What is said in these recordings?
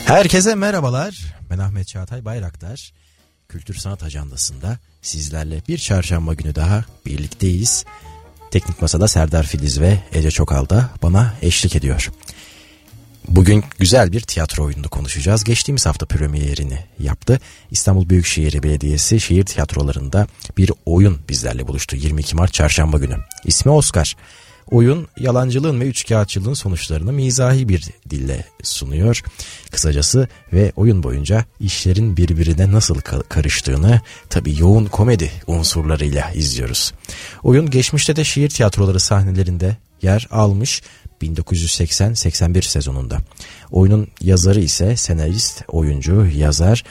Herkese merhabalar. Ben Ahmet Çağatay Bayraktar. Kültür Sanat Ajandası'nda sizlerle bir çarşamba günü daha birlikteyiz. Teknik Masa'da Serdar Filiz ve Ece Çokal da bana eşlik ediyor. Bugün güzel bir tiyatro oyununu konuşacağız. Geçtiğimiz hafta premierini yaptı. İstanbul Büyükşehir Belediyesi şehir tiyatrolarında bir oyun bizlerle buluştu. 22 Mart Çarşamba günü. İsmi Oscar. Oyun yalancılığın ve üçkağıtçılığın sonuçlarını mizahi bir dille sunuyor. Kısacası ve oyun boyunca işlerin birbirine nasıl karıştığını tabii yoğun komedi unsurlarıyla izliyoruz. Oyun geçmişte de şehir tiyatroları sahnelerinde yer almış 1980-81 sezonunda. Oyunun yazarı ise senarist, oyuncu, yazar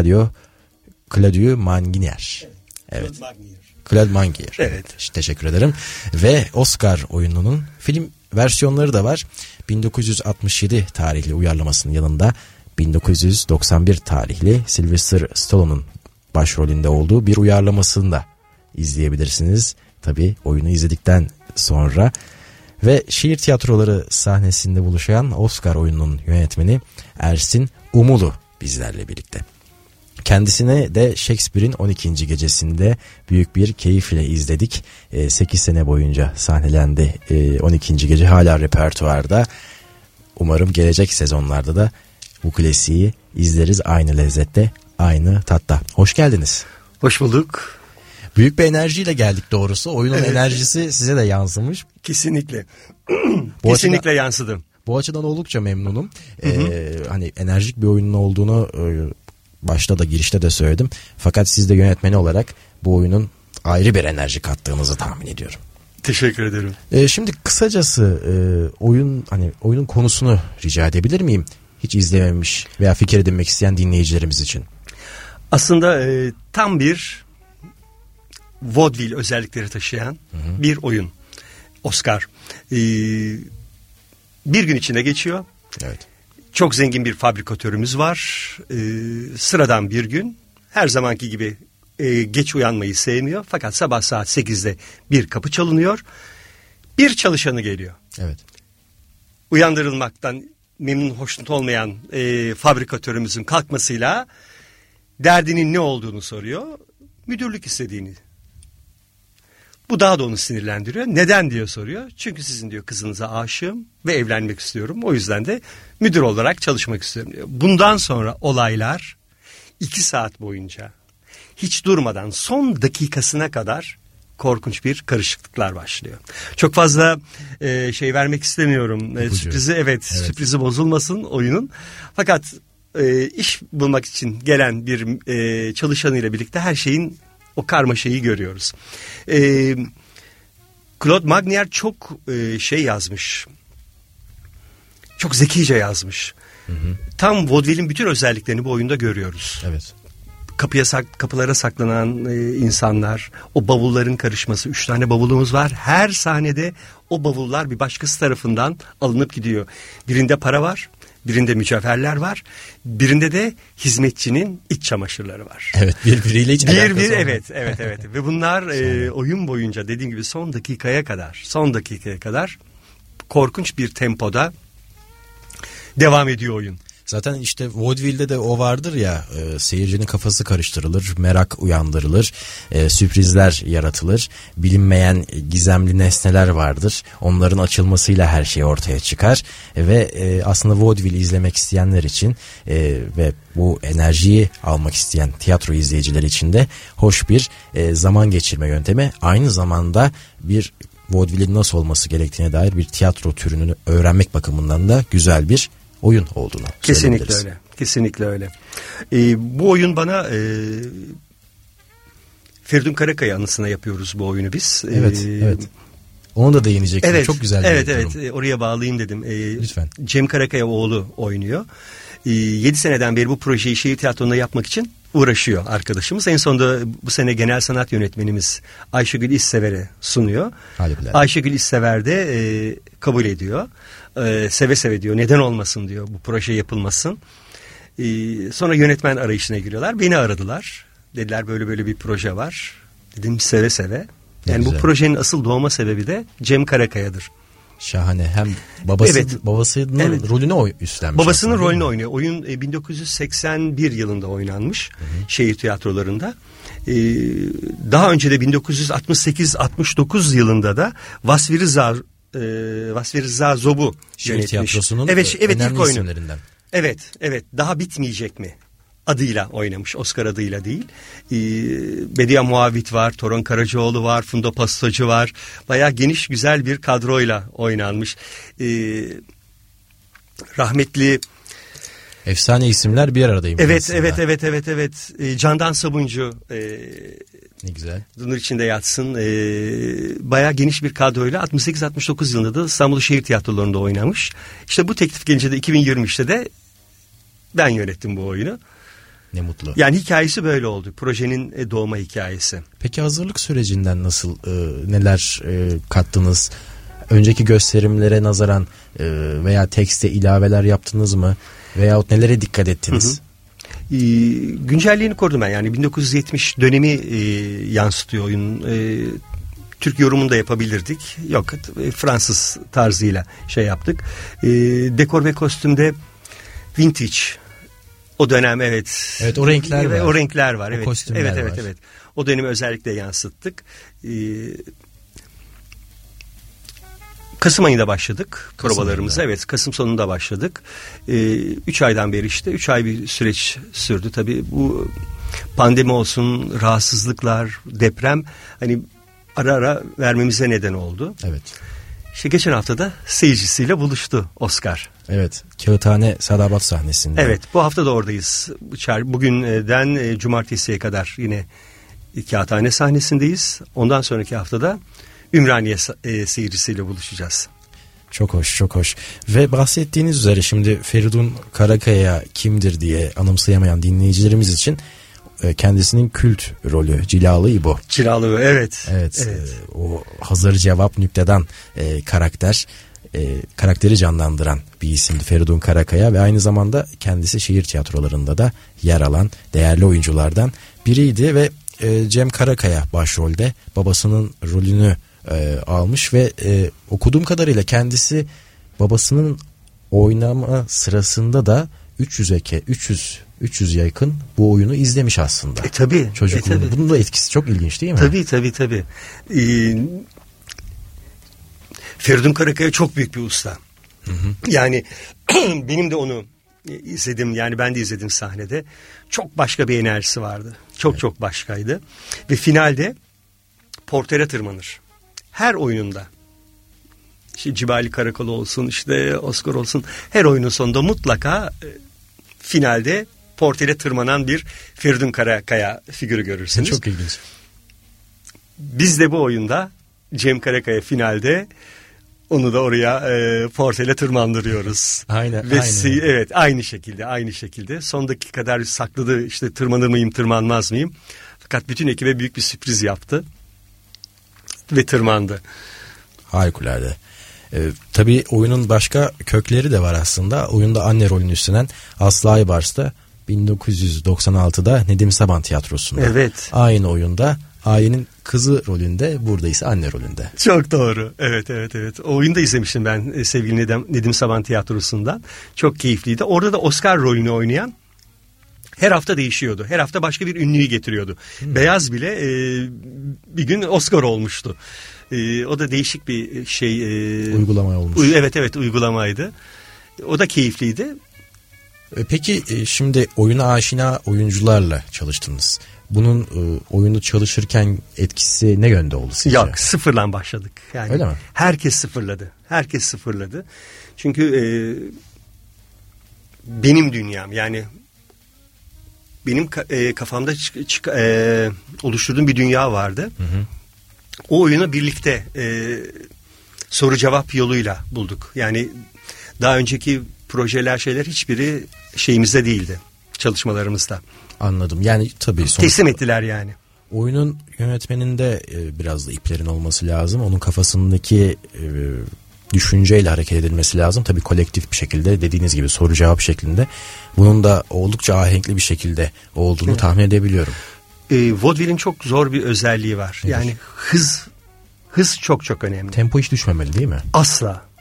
Claudio Mangier. Evet. Claude Mangier. Evet. Teşekkür ederim. Ve Oscar oyununun film versiyonları da var. 1967 tarihli uyarlamasının yanında 1991 tarihli Sylvester Stallone'un başrolünde olduğu bir uyarlamasını da izleyebilirsiniz. Tabii oyunu izledikten sonra. Ve şehir tiyatroları sahnesinde buluşan Oscar oyununun yönetmeni Ersin Umulu bizlerle birlikte. Kendisine de Shakespeare'in 12. gecesinde büyük bir keyifle izledik. 8 sene boyunca sahnelendi 12. gece, hala repertuarda. Umarım gelecek sezonlarda da bu klasiği izleriz aynı lezzette, aynı tatta. Hoş geldiniz. Hoş bulduk. Büyük bir enerjiyle geldik doğrusu. Oyunun enerjisi size de yansımış. Kesinlikle. Kesinlikle yansıdı. Bu açıdan oldukça memnunum. Hani enerjik bir oyunun olduğunu başta da girişte de söyledim. Fakat siz de yönetmeni olarak bu oyunun ayrı bir enerji kattığınızı tahmin ediyorum. Teşekkür ederim. Şimdi kısacası oyunun konusunu rica edebilir miyim? Hiç izlememiş veya fikir edinmek isteyen dinleyicilerimiz için. Aslında tam bir vaudeville özellikleri taşıyan bir oyun. Oscar. Bir gün içinde geçiyor. Evet. Çok zengin bir fabrikatörümüz var. Sıradan bir gün. Her zamanki gibi geç uyanmayı sevmiyor. Fakat sabah saat 8'de bir kapı çalınıyor. Bir çalışanı geliyor. Evet. Uyandırılmaktan memnun, hoşnut olmayan fabrikatörümüzün kalkmasıyla derdinin ne olduğunu soruyor. Müdürlük istediğini. Bu daha da onu sinirlendiriyor. Neden diye soruyor. Çünkü sizin diyor kızınıza aşığım ve evlenmek istiyorum. O yüzden de müdür olarak çalışmak istiyorum diyor. Bundan sonra olaylar 2 saat boyunca hiç durmadan son dakikasına kadar korkunç bir karışıklıklar başlıyor. Çok fazla vermek istemiyorum. Sürprizi bozulmasın oyunun. Fakat iş bulmak için gelen bir çalışanıyla birlikte her şeyin o karmaşayı görüyoruz. Claude Mangier çok yazmış. Çok zekice yazmış. Tam vaudeville'in bütün özelliklerini bu oyunda görüyoruz. Evet. Kapılara saklanan insanlar, o bavulların karışması. 3 tane bavulumuz var. Her sahnede o bavullar bir başkası tarafından alınıp gidiyor. Birinde para var. Birinde mücevherler var. Birinde de hizmetçinin iç çamaşırları var. Evet, birbiriyle hiç alakası olmayan. Evet. Ve bunlar oyun boyunca dediğim gibi son dakikaya kadar korkunç bir tempoda devam ediyor oyun. Zaten işte vaudeville'de de o vardır ya, seyircinin kafası karıştırılır, merak uyandırılır, sürprizler yaratılır, bilinmeyen gizemli nesneler vardır. Onların açılmasıyla her şey ortaya çıkar ve aslında vaudeville izlemek isteyenler için ve bu enerjiyi almak isteyen tiyatro izleyicileri için de hoş bir zaman geçirme yöntemi. Aynı zamanda bir vaudeville'in nasıl olması gerektiğine dair bir tiyatro türünü öğrenmek bakımından da güzel bir oyun olduğunu söyleyebiliriz. Kesinlikle öyle. Bu oyun bana Feridun Karakaya anısına yapıyoruz bu oyunu biz. Evet. Onu da değinecektim. Evet, çok güzel bir durum. Evet, oraya bağlayayım dedim. Lütfen. Cem Karakaya oğlu oynuyor. 7 seneden beri bu projeyi şehir tiyatrosunda yapmak için uğraşıyor arkadaşımız. En sonunda bu sene genel sanat yönetmenimiz Ayşegül İssever'e sunuyor. Ayşegül İssever de kabul ediyor. Seve seve diyor, neden olmasın diyor, bu proje yapılmasın. Sonra yönetmen arayışına giriyorlar. Beni aradılar. Dediler böyle bir proje var. Dedim seve seve. Yani bu projenin asıl doğma sebebi de Cem Karakaya'dır. Şahane. Hem babasının rolünü üstlenmiş. Babasının aslında, rolünü oynuyor. Oyun 1981 yılında oynanmış şehir tiyatrolarında. Daha önce de 1968-69 yılında da Vasfi Rıza Zob'u şehir yönetmiş. tiyatrosunun evet, önemli ilk oyunu. isimlerinden. Evet. Daha bitmeyecek mi? Adıyla oynamış. Oscar adıyla değil. Bediye Muavit var. Toron Karacaoğlu var. Funda Pastacı var. Bayağı geniş güzel bir kadroyla oynanmış. Rahmetli efsane isimler bir aradayım. Evet. Candan Sabuncu. Ne güzel. Nur içinde yatsın. Bayağı geniş bir kadroyla 68-69 yılında da İstanbul Şehir Tiyatroları'nda oynamış. İşte bu teklif gelince de 2023'te de ben yönettim bu oyunu. Ne mutlu. Yani hikayesi böyle oldu. Projenin doğma hikayesi. Peki hazırlık sürecinden nasıl neler kattınız? Önceki gösterimlere nazaran veya tekste ilaveler yaptınız mı? Veyahut nelere dikkat ettiniz? Güncelliğini korudum ben. Yani 1970 dönemi yansıtıyor oyun. Türk yorumunu da yapabilirdik. Yok, Fransız tarzıyla yaptık. Dekor ve kostümde vintage. O dönem evet. Evet, o renkler var. O renkler var. O kostümler var. Evet. O dönemi özellikle yansıttık. Kasım ayında başladık provalarımıza. Evet, Kasım sonunda başladık. 3 aydan beri 3 ay bir süreç sürdü. Tabii bu pandemi olsun, rahatsızlıklar, deprem hani ara vermemize neden oldu. Evet. Geçen hafta da seyircisiyle buluştu Oscar. Evet, Kağıthane Sadabat sahnesinde. Evet, bu hafta da oradayız. Bugünden cumartesiye kadar yine Kağıthane sahnesindeyiz. Ondan sonraki haftada Ümraniye seyircisiyle buluşacağız. Çok hoş. Ve bahsettiğiniz üzere şimdi Feridun Karakaya kimdir diye anımsayamayan dinleyicilerimiz için kendisinin kült rolü Cilalı İbo. Cilalı, evet. O hazır cevap nüktedan karakteri canlandıran bir isimdi Feridun Karakaya ve aynı zamanda kendisi şehir tiyatrolarında da yer alan değerli oyunculardan biriydi ve Cem Karakaya başrolde babasının rolünü almış ve okuduğum kadarıyla kendisi babasının oynama sırasında da 300 yakın bu oyunu izlemiş aslında. Tabii. Çocukluğunda. Tabii. Bunun da etkisi çok ilginç değil mi? Tabii. Feridun Karakaya çok büyük bir usta. Hı. Yani benim de onu izledim. Yani ben de izledim sahnede. Çok başka bir enerjisi vardı. Çok başkaydı. Ve finalde portere tırmanır. Her oyununda. Cibali Karakol olsun, Oscar olsun. Her oyunun sonunda mutlaka finalde portere tırmanan bir Feridun Karakaya figürü görürsünüz. Çok ilginç. Biz de bu oyunda Cem Karakaya finalde onu da oraya portele tırmandırıyoruz. Aynen. Evet, aynı şekilde. Son dakika kadar sakladı, tırmanır mıyım, tırmanmaz mıyım? Fakat bütün ekibe büyük bir sürpriz yaptı ve tırmandı. Harikulade. Tabii oyunun başka kökleri de var aslında. Oyunda anne rolünü üstlenen Aslı Aybars da 1996'da Nedim Saban Tiyatrosu'nda. Evet. Aynı oyunda ailenin kızı rolünde, burada ise anne rolünde. Çok doğru. Evet. O oyunu da izlemiştim ben sevgili Nedim Saban Tiyatrosu'ndan. Çok keyifliydi. Orada da Oscar rolünü oynayan her hafta değişiyordu. Her hafta başka bir ünlüyü getiriyordu. Beyaz bile bir gün Oscar olmuştu. O da değişik bir uygulama olmuş. Evet, uygulamaydı. O da keyifliydi. Peki şimdi oyuna aşina oyuncularla çalıştınız. Bunun oyunu çalışırken etkisi ne yönde oldu sizce? Yok, sıfırdan başladık. Yani öyle mi? Herkes sıfırladı. Çünkü benim dünyam, yani benim kafamda oluşturduğum bir dünya vardı. Hı. O oyunu birlikte soru cevap yoluyla bulduk. Yani daha önceki projeler, hiçbiri şeyimizde değildi, çalışmalarımızda. Anladım. Yani tabii teslim ettiler yani. Oyunun yönetmeninde biraz da iplerin olması lazım. Onun kafasındaki düşünceyle hareket edilmesi lazım. Tabii kolektif bir şekilde, dediğiniz gibi soru cevap şeklinde. Bunun da oldukça ahenkli bir şekilde olduğunu tahmin edebiliyorum. Vaudeville'in çok zor bir özelliği var. Nedir? Yani hız çok önemli. Tempo hiç düşmemeli değil mi? Asla.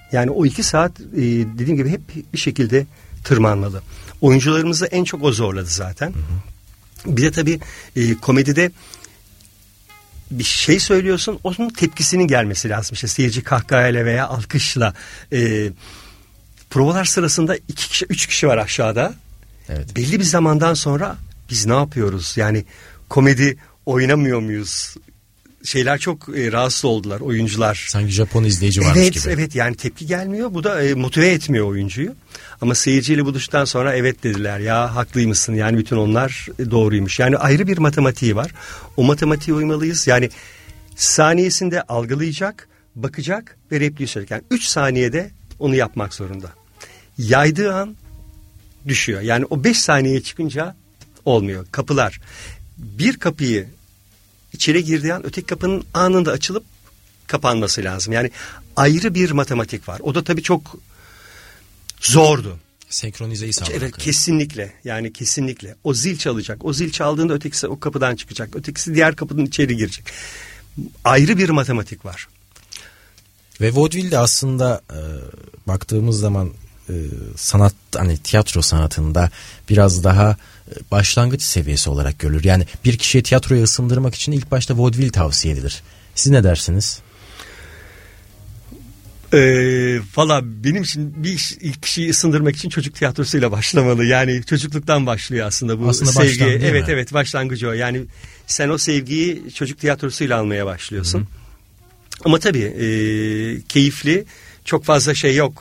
Yani o 2 saat dediğim gibi hep bir şekilde tırmanmalı. Oyuncularımızı en çok o zorladı zaten. Bir de tabii komedide bir şey söylüyorsun, onun tepkisinin gelmesi lazım. İşte seyirci kahkahayla veya alkışla. Provalar sırasında 2 kişi, 3 kişi var aşağıda. Evet. Belli bir zamandan sonra biz ne yapıyoruz? Yani komedi oynamıyor muyuz? Şeyler çok rahatsız oldular, oyuncular. Sanki Japon izleyici varmış gibi. Evet, yani tepki gelmiyor. Bu da motive etmiyor oyuncuyu. Ama seyirciyle buluştuktan sonra evet dediler. Ya haklıymışsın, yani bütün onlar doğruymuş. Yani ayrı bir matematiği var. O matematiğe uymalıyız. Yani saniyesinde algılayacak, bakacak ve repliği söylerken 3 saniyede onu yapmak zorunda. Yaydığı an düşüyor. Yani o 5 saniyeye çıkınca olmuyor. Kapılar. Bir kapıyı içeri girdiği an öteki kapının anında açılıp kapanması lazım. Yani ayrı bir matematik var. O da tabii çok zordu. Senkronizeyi sağlamak. Evet, kesinlikle. Yani kesinlikle. O zil çalacak. O zil çaldığında ötekisi o kapıdan çıkacak. Ötekisi diğer kapıdan içeri girecek. Ayrı bir matematik var. Ve vaudeville aslında baktığımız zaman sanat, hani tiyatro sanatında biraz daha başlangıç seviyesi olarak görülür. Yani bir kişiye tiyatroya ısındırmak için ilk başta vaudeville tavsiye edilir. Siz ne dersiniz? Valla benim için ilk kişiyi ısındırmak için çocuk tiyatrosuyla başlamalı. Yani çocukluktan başlıyor aslında bu sevgi. Evet, başlangıcı o. Yani sen o sevgiyi çocuk tiyatrosuyla almaya başlıyorsun. Hı-hı. Ama tabii keyifli, çok fazla şey yok.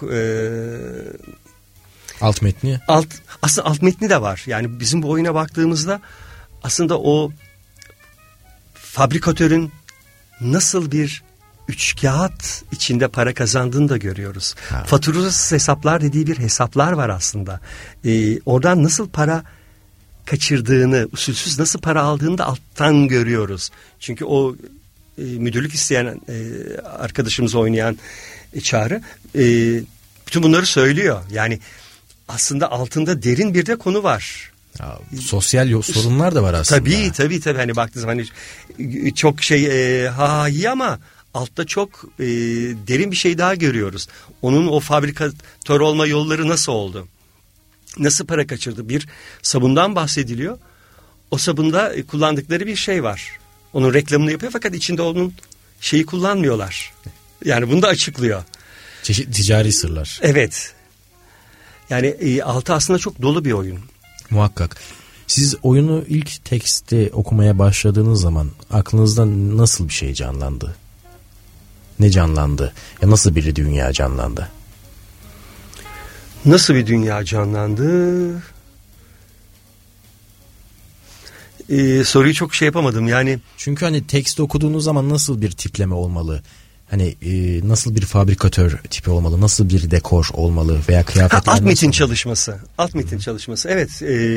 Alt metni? Aslında alt metni de var. Yani bizim bu oyuna baktığımızda aslında o fabrikatörün nasıl bir üçkağıt içinde para kazandığını da görüyoruz. Faturasız hesaplar dediği bir hesaplar var aslında. Oradan nasıl para kaçırdığını, usulsüz nasıl para aldığını da alttan görüyoruz. Çünkü o müdürlük isteyen arkadaşımız oynayan Çağrı bütün bunları söylüyor. Yani aslında altında derin bir de konu var. Ya, sosyal sorunlar da var aslında. Tabii. Hani baktığınız zaman hani çok iyi ama altta çok derin bir şey daha görüyoruz. Onun o fabrikatör olma yolları nasıl oldu? Nasıl para kaçırdı? Bir sabundan bahsediliyor. O sabunda kullandıkları bir şey var. Onun reklamını yapıyor fakat içinde onun şeyi kullanmıyorlar. Yani bunu da açıklıyor. Çeşitli ticari sırlar. Evet. Yani altı aslında çok dolu bir oyun. Muhakkak. Siz oyunu ilk tekste okumaya başladığınız zaman aklınızda nasıl bir şey canlandı? Ne canlandı? Ya nasıl bir dünya canlandı? Nasıl bir dünya canlandı? Soruyu çok şey yapamadım yani. Çünkü hani tekst okuduğunuz zaman nasıl bir tipleme olmalı? Hani nasıl bir fabrikatör tipi olmalı? Nasıl bir dekor olmalı? Veya kıyafetler alt metin olmalı? çalışması. Alt metin çalışması. Evet.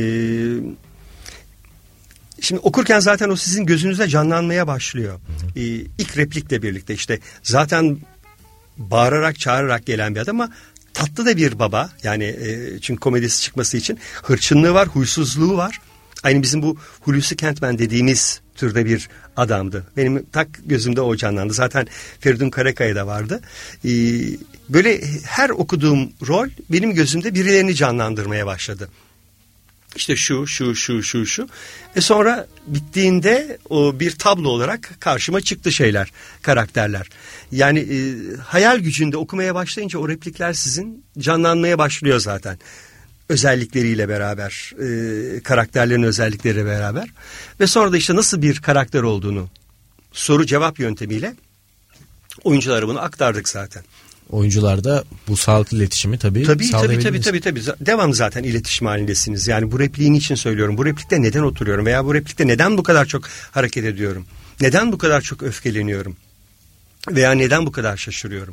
Şimdi okurken zaten o sizin gözünüzde canlanmaya başlıyor. İlk replikle birlikte işte zaten bağırarak çağırarak gelen bir adam ama tatlı da bir baba. Yani çünkü komedisi çıkması için hırçınlığı var, huysuzluğu var. Aynı bizim bu Hulusi Kentmen dediğimiz türde bir adamdı. Benim tak gözümde o canlandı. Zaten Feridun Karakaya'da vardı. Böyle her okuduğum rol benim gözümde birilerini canlandırmaya başladı. İşte şu. Ve sonra bittiğinde o bir tablo olarak karşıma çıktı şeyler, karakterler. Yani hayal gücünde okumaya başlayınca o replikler sizin canlanmaya başlıyor zaten. Özellikleriyle beraber, karakterlerin özellikleriyle beraber. Ve sonra da işte nasıl bir karakter olduğunu soru cevap yöntemiyle oyunculara bunu aktardık zaten. Oyuncular da bu sağlıklı iletişimi tabii. Devam zaten iletişim halindesiniz. Yani bu repliği niçin söylüyorum? Bu replikte neden oturuyorum? Veya bu replikte neden bu kadar çok hareket ediyorum? Neden bu kadar çok öfkeleniyorum? Veya neden bu kadar şaşırıyorum?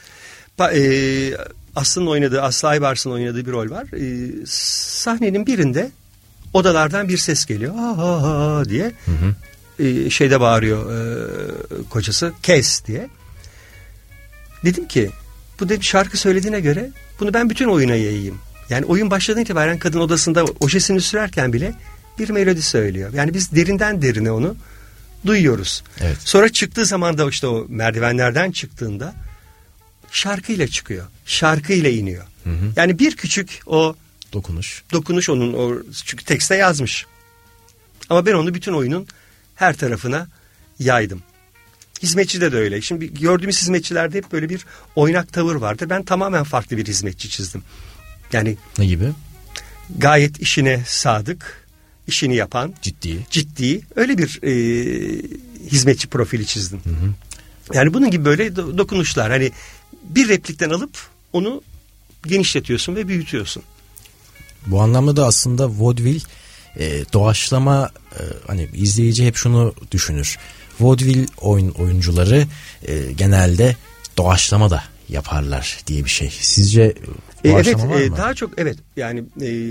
Aslı Aybars'ın oynadığı bir rol var. Sahnenin birinde odalardan bir ses geliyor. Ha diye. Şeyde bağırıyor kocası. Kes diye. Dedim ki bu da bir şarkı söylediğine göre bunu ben bütün oyuna yayayım. Yani oyun başladığından itibaren kadın odasında ojesini sürerken bile bir melodi söylüyor. Yani biz derinden derine onu duyuyoruz. Evet. Sonra çıktığı zaman da işte o merdivenlerden çıktığında şarkıyla çıkıyor. Şarkıyla iniyor. Yani bir küçük o dokunuş onun o, çünkü tekste yazmış. Ama ben onu bütün oyunun her tarafına yaydım. Hizmetçide de öyle. Şimdi gördüğümüz hizmetçilerde hep böyle bir oynak tavır vardır. Ben tamamen farklı bir hizmetçi çizdim. Yani ne gibi? Gayet işine sadık, işini yapan, ciddi öyle bir hizmetçi profili çizdim. Yani bunun gibi böyle dokunuşlar. Hani bir replikten alıp onu genişletiyorsun ve büyütüyorsun. Bu anlamda da aslında vaudeville doğaçlama, hani izleyici hep şunu düşünür. Vaudeville oyuncuları genelde doğaçlama da yaparlar diye bir şey. Sizce doğaçlama var mı? Daha çok yani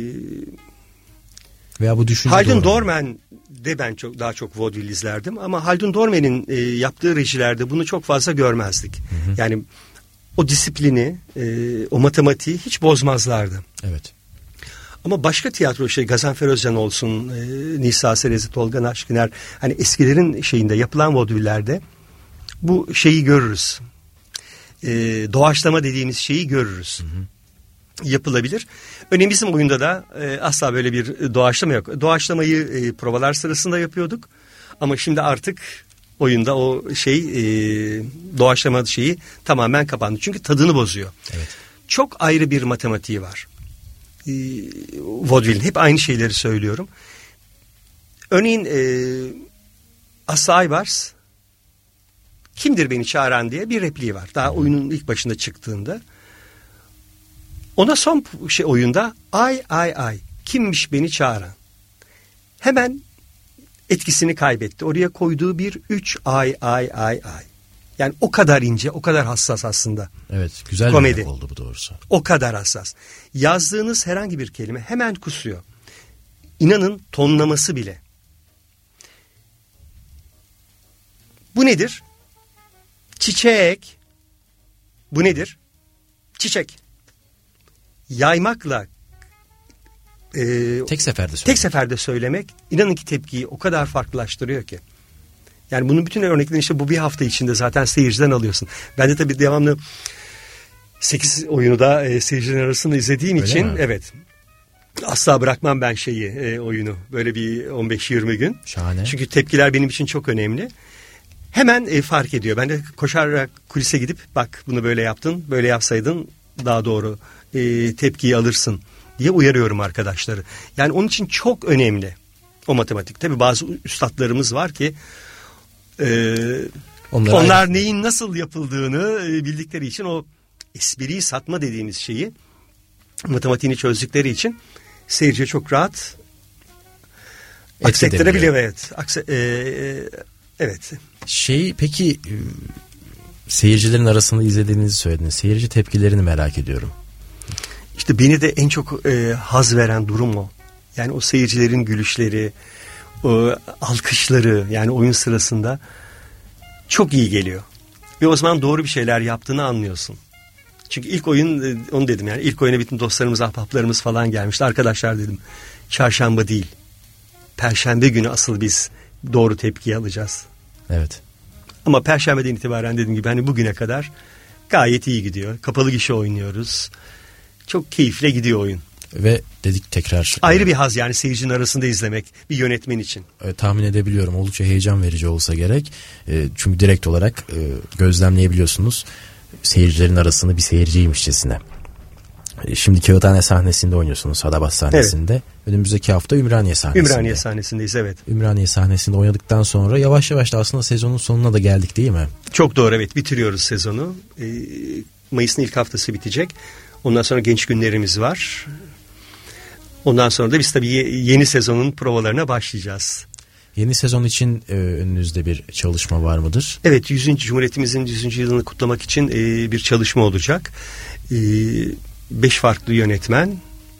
veya bu düşünce Haldun Dorman'de ben daha çok vaudeville izlerdim ama Haldun Dorman'in yaptığı rejilerde bunu çok fazla görmezdik. Yani o disiplini, o matematiği hiç bozmazlardı. Evet. Ama başka tiyatro Gazanfer Özcan olsun, Nisa Serezli, Tolga Naşkiner, hani eskilerin şeyinde yapılan vaudevillerde bu şeyi görürüz. Doğaçlama dediğimiz şeyi görürüz. Yapılabilir. Örneğin bizim oyunda da asla böyle bir doğaçlama yok. Doğaçlamayı provalar sırasında yapıyorduk. Ama şimdi artık oyunda o doğaçlama şeyi tamamen kapandı. Çünkü tadını bozuyor. Evet. Çok ayrı bir matematiği var. Vaudeville'in hep aynı şeyleri söylüyorum. Örneğin Aslı Aybars kimdir beni çağıran diye bir repliği var. Daha oyunun ilk başında çıktığında. Ona son oyunda ay kimmiş beni çağıran. Hemen etkisini kaybetti. Oraya koyduğu bir 3 ay. Yani o kadar ince, o kadar hassas aslında. Evet, güzel komedi. Bir oldu bu doğrusu. O kadar hassas. Yazdığınız herhangi bir kelime hemen kusuyor. İnanın tonlaması bile. Bu nedir? Çiçek. Bu nedir? Çiçek. Yaymakla tek seferde söylemek inanın ki tepkiyi o kadar farklılaştırıyor ki. Yani bunun bütün örneklerini işte bu bir hafta içinde zaten seyirciden alıyorsun. Ben de tabii devamlı 8 oyunu da seyircilerin arasında izlediğim öyle için mi? Evet. Asla bırakmam ben oyunu. Böyle bir 15-20 gün. Şahane. Çünkü tepkiler benim için çok önemli. Hemen fark ediyor. Ben de koşarak kulise gidip bak bunu böyle yaptın, böyle yapsaydın daha doğru tepkiyi alırsın diye uyarıyorum arkadaşları. Yani onun için çok önemli o matematik. Tabii bazı üstadlarımız var ki onlar neyin nasıl yapıldığını bildikleri için o espriyi satma dediğimiz şeyi matematiğini çözdükleri için seyirciye çok rahat aksettirebiliyor. Evet. Peki seyircilerin arasında izlediğinizi söylediniz. Seyirci tepkilerini merak ediyorum. İşte beni de en çok haz veren durum o. Yani o seyircilerin gülüşleri, o alkışları, yani oyun sırasında çok iyi geliyor. Ve o zaman doğru bir şeyler yaptığını anlıyorsun. Çünkü ilk oyun, onu dedim yani, ilk oyuna bütün dostlarımız, ahbaplarımız falan gelmişti. Arkadaşlar dedim, çarşamba değil, perşembe günü asıl biz doğru tepkiyi alacağız. Evet. Ama perşembeden itibaren dediğim gibi hani bugüne kadar gayet iyi gidiyor. Kapalı gişe oynuyoruz. Çok keyifle gidiyor oyun. Ve dedik tekrar. Ayrı bir haz yani seyircinin arasında izlemek bir yönetmen için. Tahmin edebiliyorum, oldukça heyecan verici olsa gerek. Çünkü direkt olarak gözlemleyebiliyorsunuz seyircilerin arasında bir seyirciymişçesine. Şimdi Kağıthane sahnesinde oynuyorsunuz, Hadabas sahnesinde. Evet. Önümüzdeki hafta Ümraniye sahnesinde. Ümraniye sahnesindeyiz, evet. Ümraniye sahnesinde oynadıktan sonra yavaş yavaş da aslında sezonun sonuna da geldik değil mi? Çok doğru, evet, bitiriyoruz sezonu. Mayıs'ın ilk haftası bitecek. Ondan sonra genç günlerimiz var. Ondan sonra da biz tabii yeni sezonun provalarına başlayacağız. Yeni sezon için önünüzde bir çalışma var mıdır? Evet, Cumhuriyetimizin 100. yılını kutlamak için bir çalışma olacak. 5 farklı yönetmen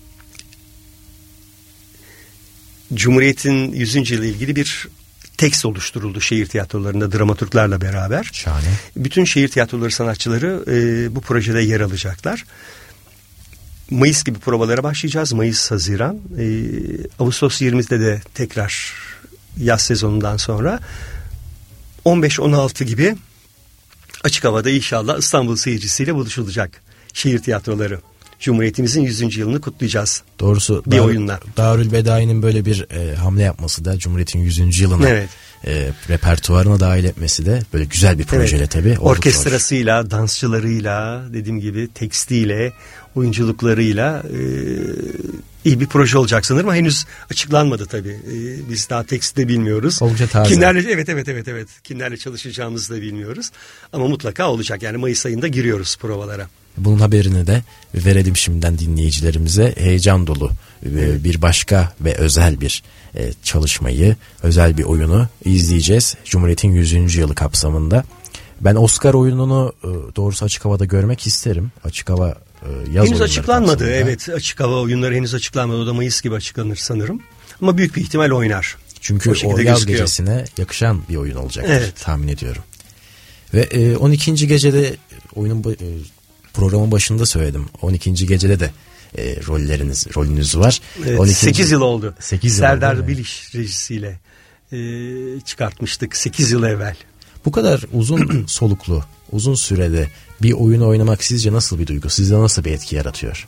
Cumhuriyet'in 100. yılı ilgili bir tekst oluşturuldu şehir tiyatrolarında dramaturglarla beraber. Şahane. Bütün şehir tiyatroları sanatçıları bu projede yer alacaklar. Mayıs gibi provalara başlayacağız. Mayıs-Haziran. Ağustos 20'de de tekrar yaz sezonundan sonra 15-16 gibi açık havada inşallah İstanbul seyircisiyle buluşulacak. Şehir tiyatroları. Cumhuriyetimizin 100. yılını kutlayacağız. Doğrusu bir oyunla. Darülbedai'nin böyle bir hamle yapması da Cumhuriyet'in 100. yılına repertuarına dahil etmesi de böyle güzel bir projeyle tabii. Orkestrasıyla, dansçılarıyla, dediğim gibi tekstiyle, oyunculuklarıyla iyi bir proje olacak sanırım ama henüz açıklanmadı tabii. Biz daha teksti de bilmiyoruz. Oldukça taze. Kimlerle kimlerle çalışacağımızı da bilmiyoruz. Ama mutlaka olacak. Yani Mayıs ayında giriyoruz provalara. Bunun haberini de verelim şimdiden dinleyicilerimize. Heyecan dolu bir başka ve özel bir çalışmayı, özel bir oyunu izleyeceğiz. Cumhuriyet'in 100. yılı kapsamında. Ben Oscar oyununu doğrusu açık havada görmek isterim. Açık hava yaz henüz açıklanmadı. Kapsamında. Evet, açık hava oyunları henüz açıklanmadı. O da Mayıs gibi açıklanır sanırım. Ama büyük bir ihtimal oynar. Çünkü o yaz gecesine yakışan bir oyun olacaktır tahmin ediyorum. Ve 12. gecede programın başında söyledim. 12. gecede de rolünüz var. Evet, 8 yıl oldu. 8 yıl Serdar oldu, Biliş rejisiyle çıkartmıştık 8 yıl evvel. Bu kadar uzun soluklu, uzun sürede bir oyunu oynamak sizce nasıl bir duygu? Sizde nasıl bir etki yaratıyor?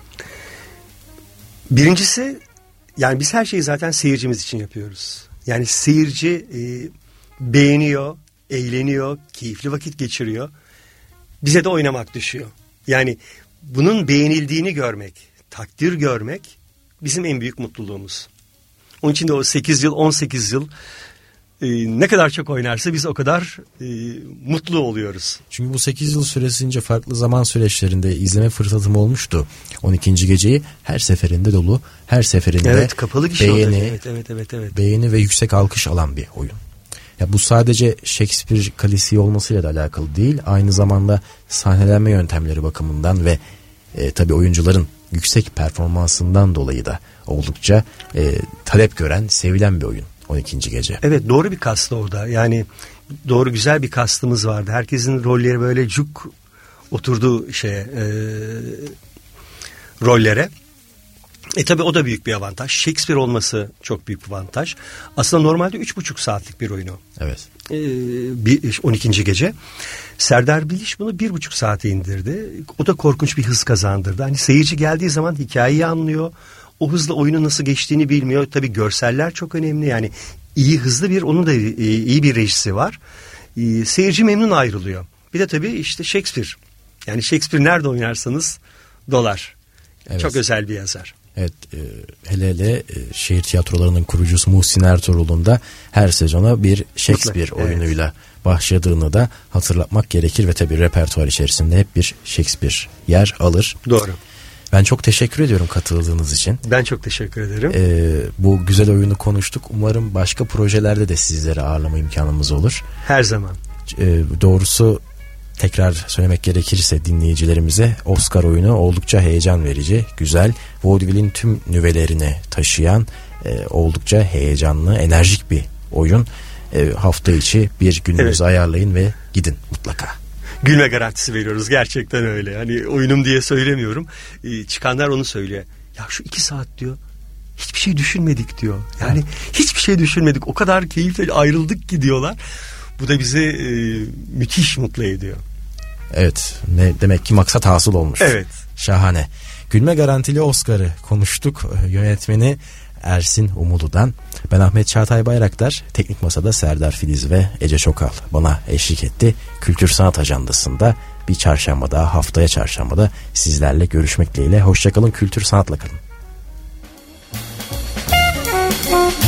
Birincisi, yani biz her şeyi zaten seyircimiz için yapıyoruz. Yani seyirci beğeniyor, eğleniyor, keyifli vakit geçiriyor. Bize de oynamak düşüyor. Yani bunun beğenildiğini görmek, takdir görmek bizim en büyük mutluluğumuz. Onun için de o 8 yıl, 18 yıl ne kadar çok oynarsa biz o kadar mutlu oluyoruz. Çünkü bu 8 yıl süresince farklı zaman süreçlerinde izleme fırsatım olmuştu. 12. geceyi her seferinde dolu, her seferinde kapalı gişe beğeni, evet. beğeni ve yüksek alkış alan bir oyun. Ya bu sadece Shakespeare klasiği olmasıyla da alakalı değil. Aynı zamanda sahnelenme yöntemleri bakımından ve tabii oyuncuların yüksek performansından dolayı da oldukça talep gören, sevilen bir oyun 12. gece. Evet, doğru bir kastı orada. Yani doğru, güzel bir kastımız vardı. Herkesin rolleri böyle cuk oturdu rollere. Tabii o da büyük bir avantaj. Shakespeare olması çok büyük bir avantaj. Aslında normalde 3,5 saatlik bir oyun o. Evet. 12. gece. Serdar Biliş bunu 1,5 saate indirdi. O da korkunç bir hız kazandırdı. Hani seyirci geldiği zaman hikayeyi anlıyor. O hızla oyunun nasıl geçtiğini bilmiyor. Tabii görseller çok önemli. Yani onun da iyi bir rejisi var. Seyirci memnun ayrılıyor. Bir de tabii işte Shakespeare. Yani Shakespeare nerede oynarsanız dolar. Evet. Çok özel bir yazar. Evet, hele şehir tiyatrolarının kurucusu Muhsin Ertuğrul'un da her sezona bir Shakespeare oyunuyla başladığını da hatırlatmak gerekir ve tabii repertuar içerisinde hep bir Shakespeare yer alır. Doğru. Ben çok teşekkür ediyorum katıldığınız için. Ben çok teşekkür ederim. Bu güzel oyunu konuştuk. Umarım başka projelerde de sizleri ağırlama imkanımız olur. Her zaman. Doğrusu tekrar söylemek gerekirse dinleyicilerimize Oscar oyunu oldukça heyecan verici, güzel. Vaudeville'in tüm nüvelerini taşıyan oldukça heyecanlı, enerjik bir oyun. Hafta içi bir gününüzü ayarlayın ve gidin mutlaka. Gülme garantisi veriyoruz, gerçekten öyle. Hani oyunum diye söylemiyorum. Çıkanlar onu söylüyor. Ya şu 2 saat diyor, hiçbir şey düşünmedik diyor. Yani hiçbir şey düşünmedik. O kadar keyifle ayrıldık ki diyorlar. Bu da bizi müthiş mutlu ediyor. Evet, demek ki maksat hasıl olmuş. Evet. Şahane. Gülme garantili Oscar'ı konuştuk. Yönetmeni Ersin Umulu'dan. Ben Ahmet Çağatay Bayraktar. Teknik Masa'da Serdar Filiz ve Ece Çokal bana eşlik etti. Kültür Sanat Ajandası'nda bir çarşamba daha, haftaya çarşambada sizlerle görüşmek dileğiyle. Hoşçakalın, kültür sanatla kalın.